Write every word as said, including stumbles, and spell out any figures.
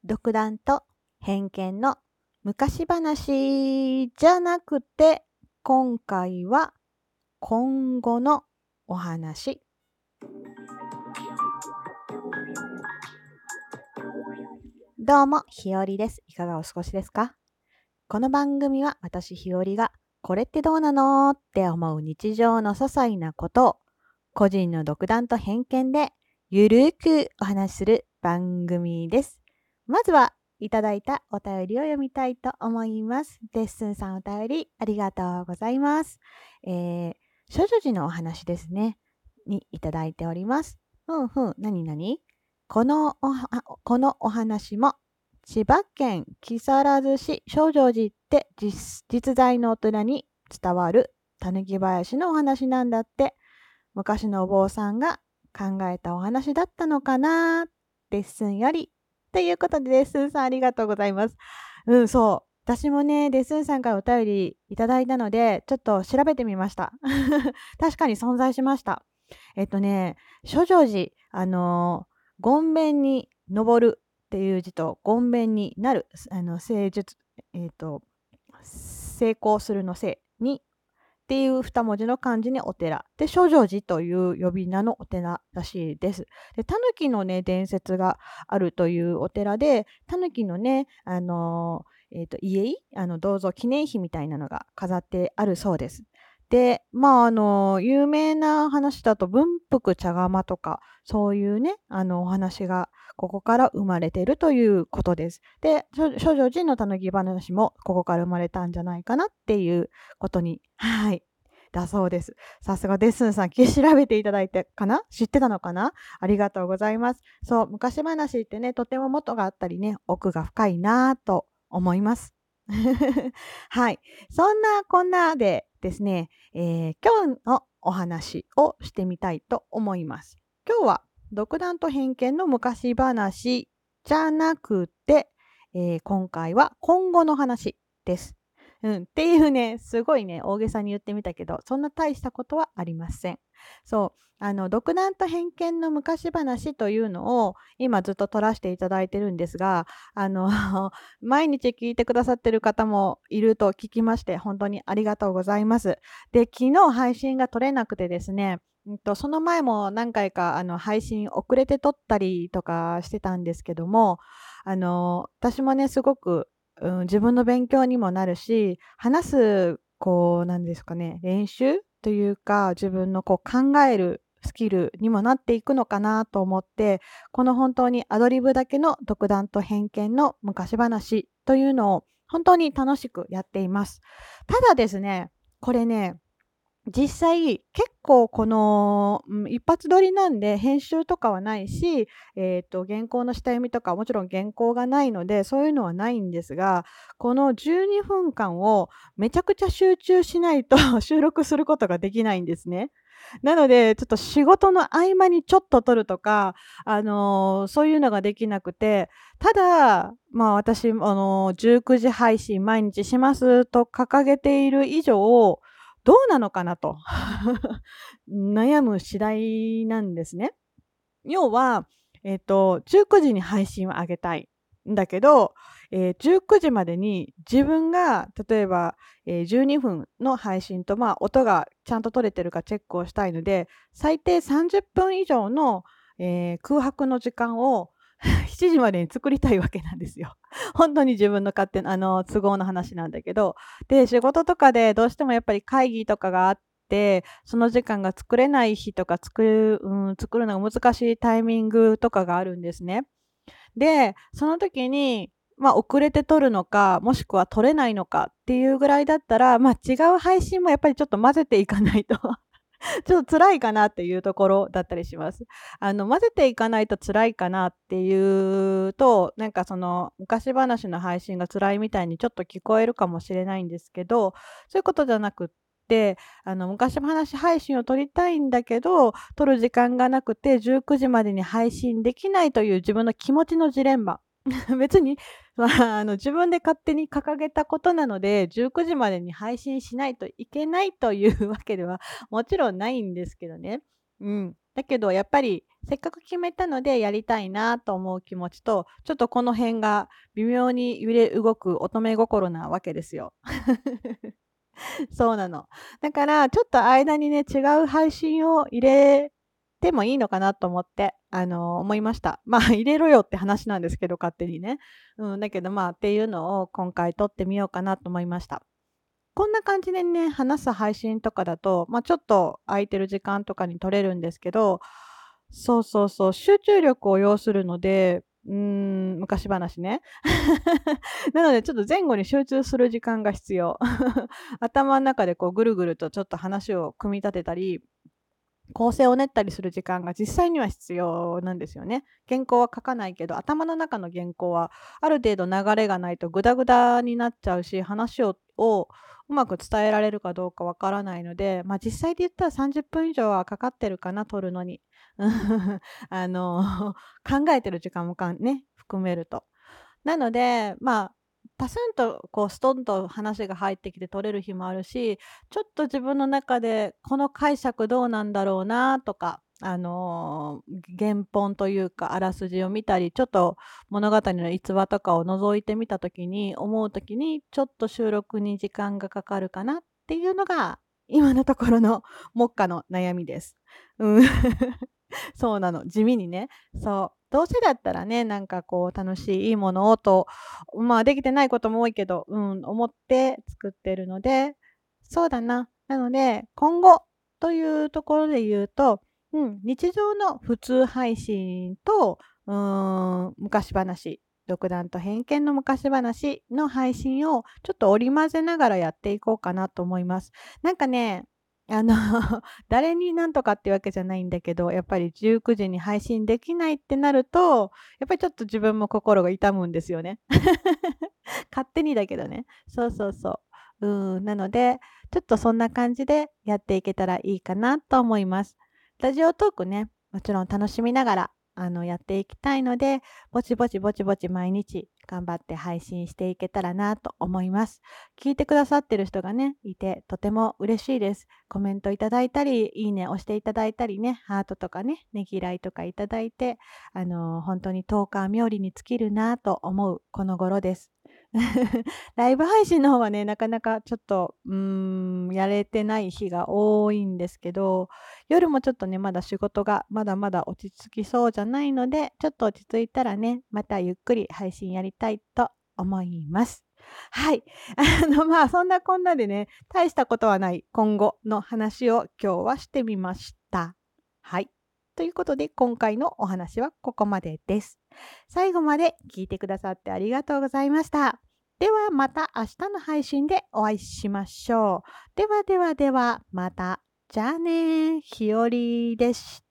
独断と偏見の昔話じゃなくて、今回は今後のお話。どうも、ひよりです。いかがお過ごしですか？この番組は私ひよりがこれってどうなのって思う日常の些細なことを個人の独断と偏見でゆるーくお話しする番組です。まずはいただいたお便りを読みたいと思います。デッスンさん、お便りありがとうございます。えー、少女時のお話ですね。にいただいております。ふんふん、なになにこのおはこのお話も千葉県木更津市正常寺って実実在のお寺に伝わるたぬき林のお話なんだって。昔のお坊さんが考えたお話だったのかな。レッスンより。ということで、レッスンさんありがとうございます。うん、そう。私もね、レッスンさんからお便りいただいたので、ちょっと調べてみました。確かに存在しました。えっとね、諸常寺、あのー、権弁に登るっていう字と、権弁になる、あの、成術、えっと、成功するのせいに、っていう二文字の漢字にお寺で、諸常寺という呼び名のお寺らしいです。で、タヌキのね伝説があるというお寺で、タヌキのねあのえっ、ー、と家あの銅像記念碑みたいなのが飾ってあるそうです。で、まああの有名な話だと文福茶釜とかそういうねあのお話がここから生まれているということです。で、諸女寺のたぬき話もここから生まれたんじゃないかなっていうことに、はい、だそうです。さすがデッスンさん、調べていただいてかな知ってたのかなありがとうございます。そう、昔話ってね、とても元があったりね、奥が深いなぁと思います。はい。そんなこんなでですね、えー、今日のお話をしてみたいと思います。今日は独断と偏見の昔話じゃなくて、えー、今回は今後の話です。うん、っていうね、すごいね、大げさに言ってみたけど、そんな大したことはありません。そう、あの、独断と偏見の昔話というのを、今ずっと撮らせていただいてるんですが、あの、毎日聞いてくださってる方もいると聞きまして、本当にありがとうございます。で、昨日配信が撮れなくてですね、うんと、その前も何回かあの配信遅れて撮ったりとかしてたんですけども、あの、私もね、すごくうん、自分の勉強にもなるし、話す、こう、なんですかね、練習というか、自分のこう考えるスキルにもなっていくのかなと思って、この本当にアドリブだけの独断と偏見の昔話というのを本当に楽しくやっています。ただですね、これね、実際結構この、うん、一発撮りなんで編集とかはないし、えっと、原稿の下読みとかもちろん原稿がないので、そういうのはないんですが、このじゅうにふんかんをめちゃくちゃ集中しないと収録することができないんですね。なので、ちょっと仕事の合間にちょっと撮るとか、あの、そういうのができなくて、ただ、まあ、私、あの、じゅうくじ配信毎日しますと掲げている以上、どうなのかなと悩む次第なんですね。要は、えっと、じゅうくじに配信を上げたいんだけど、えー、じゅうくじまでに自分が例えば、えー、じゅうにふんの配信と、まあ、音がちゃんと取れてるかチェックをしたいので、最低さんじゅっぷん以上の、えー空白の時間をしちじまでに作りたいわけなんですよ。本当に自分の勝手なあの都合の話なんだけど、で、仕事とかでどうしてもやっぱり会議とかがあって、その時間が作れない日とか作る、うん、作るのが難しいタイミングとかがあるんですね。で、その時に、まあ、遅れて撮るのか、もしくは撮れないのかっていうぐらいだったら、まあ、違う配信もやっぱりちょっと混ぜていかないとちょっと辛いかなっていうところだったりします。あの、混ぜていかないと辛いかなっていうと、なんかその昔話の配信が辛いみたいにちょっと聞こえるかもしれないんですけど、そういうことじゃなくって、あの、昔話配信を撮りたいんだけど、撮る時間がなくてじゅうくじまでに配信できないという自分の気持ちのジレンマ。別に、まあ、あの自分で勝手に掲げたことなので、じゅうくじまでに配信しないといけないというわけではもちろんないんですけどね。うん。 だけどやっぱりせっかく決めたのでやりたいなと思う気持ちと、ちょっとこの辺が微妙に揺れ動く乙女心なわけですよ。そうなの。だからちょっと間にね、違う配信を入れてもいいのかなと思って、あの、思いました。まあ、入れろよって話なんですけど、勝手にね。うん、だけど、まあ、っていうのを今回撮ってみようかなと思いました。こんな感じでね、話す配信とかだと、ま、ちょっと空いてる時間とかに撮れるんですけど、そうそうそう、集中力を要するので、うーん、昔話ね。なのでちょっと前後に集中する時間が必要。頭ん中でこうぐるぐるとちょっと話を組み立てたり、構成を練ったりする時間が実際には必要なんですよね。原稿は書かないけど、頭の中の原稿はある程度流れがないとグダグダになっちゃうし、話ををうまく伝えられるかどうかわからないので、ま、実際で言ったらさんじゅっぷん以上はかかってるかな、撮るのに。あの、考えてる時間もかんね、含めると。なので、まあ、パスンとこうストンと話が入ってきて取れる日もあるし、ちょっと自分の中でこの解釈どうなんだろうなとか、あの、原本というかあらすじを見たり、ちょっと物語の逸話とかを覗いてみた時に思う時に、ちょっと収録に時間がかかるかなっていうのが、今のところの目下の悩みです。うん。そうなの、地味にね。そう。どうせだったらね、なんかこう楽しい、いいものをと、まあ、できてないことも多いけど、うん、思って作ってるので、そうだな。なので、今後というところで言うと、うん、日常の普通配信と、うーん、昔話、独断と偏見の昔話の配信をちょっと織り交ぜながらやっていこうかなと思います。なんかね、あの誰になんとかってわけじゃないんだけど、やっぱりじゅうくじに配信できないってなると、やっぱりちょっと自分も心が痛むんですよね。勝手にだけどね。そうそうそう。うん、なので、ちょっとそんな感じでやっていけたらいいかなと思います。ラジオトークね、もちろん楽しみながら、あの、やっていきたいので、ぼちぼちぼちぼち毎日頑張って配信していけたらなと思います。聞いてくださってる人がね、いてとても嬉しいです。コメントいただいたり、いいね押していただいたりね、ハートとかね、ねぎらいとかいただいて、あの、本当にトーカー冥利に尽きるなと思うこの頃です。ライブ配信の方はね、なかなかちょっと、うーん、やれてない日が多いんですけど、夜もちょっとね、まだ仕事がまだまだ落ち着きそうじゃないので、ちょっと落ち着いたらね、またゆっくり配信やりたいと思います。はい。あの、まあ、そんなこんなでね、大したことはない今後の話を今日はしてみました。はい。ということで、今回のお話はここまでです。最後まで聞いてくださってありがとうございました。ではまた明日の配信でお会いしましょう。ではではでは、また。じゃあね、ひよりでした。